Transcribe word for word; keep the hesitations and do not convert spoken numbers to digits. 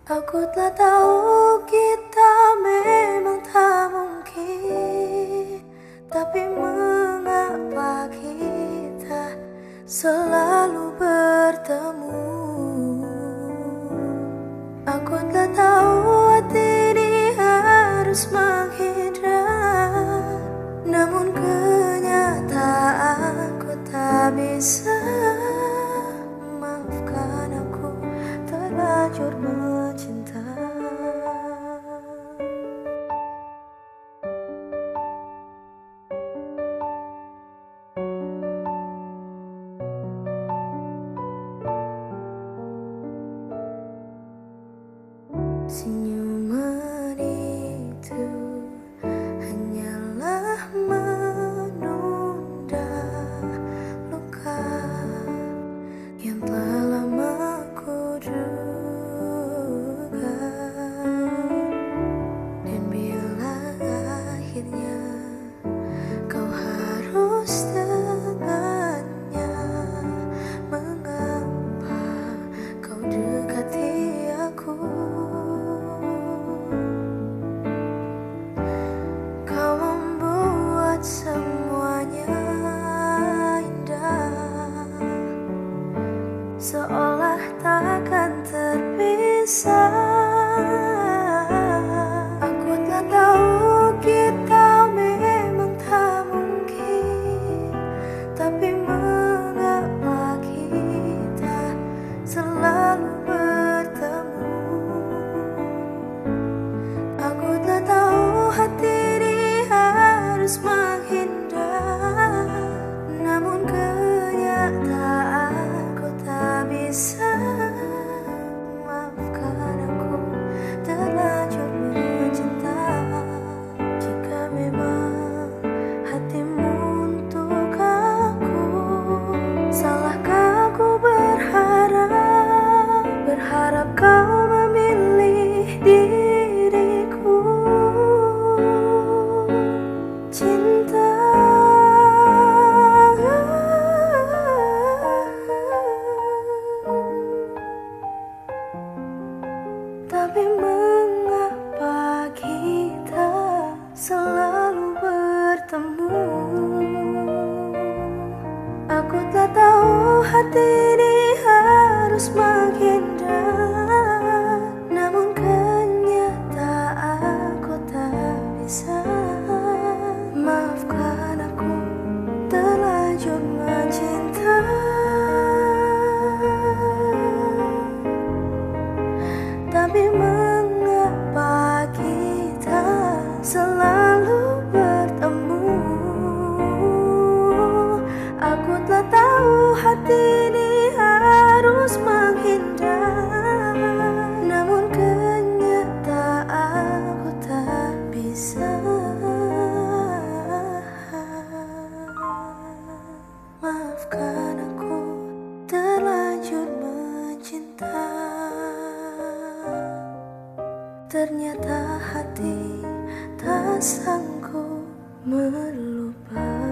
Aku telah tahu kita memang tak mungkin, tapi mengapa kita selalu bertemu? Aku telah tahu hati ini harus menghindar, namun kenyataanku tak bisa. Maafkan aku terlanjur mencinta. Senyuman itu hanyalah menunda luka yang telah lama ku duga. Dan bila akhirnya kau harus dengannya, mengapa kau dekati aku? Kau membuat semuanya indah, seolah takkan terpisah. Aku tak tahu kita memang tak mungkin, tapi mengapa kita selalu bertemu? Aku tak tahu hati ini harus menghindar, namun kenyataanku tak bisa. Maafkan aku terlanjur mencinta. Jika memang hatimu untuk aku, salahkah aku berharap, berharap kau memilih diriku? Cinta, tapi mengapa kita selalu bertemu? Aku tak tahu hati ini harus menghindar, namun kenyataanku tak bisa. Maafkan aku terlanjur mencinta. Tapi mengapa kita selalu bertemu? Aku telah tahu hati ini harus menghindar, namun kenyataanku tak bisa. Maafkan aku terlanjur mencinta. Ternyata hati tak sanggup melupakan.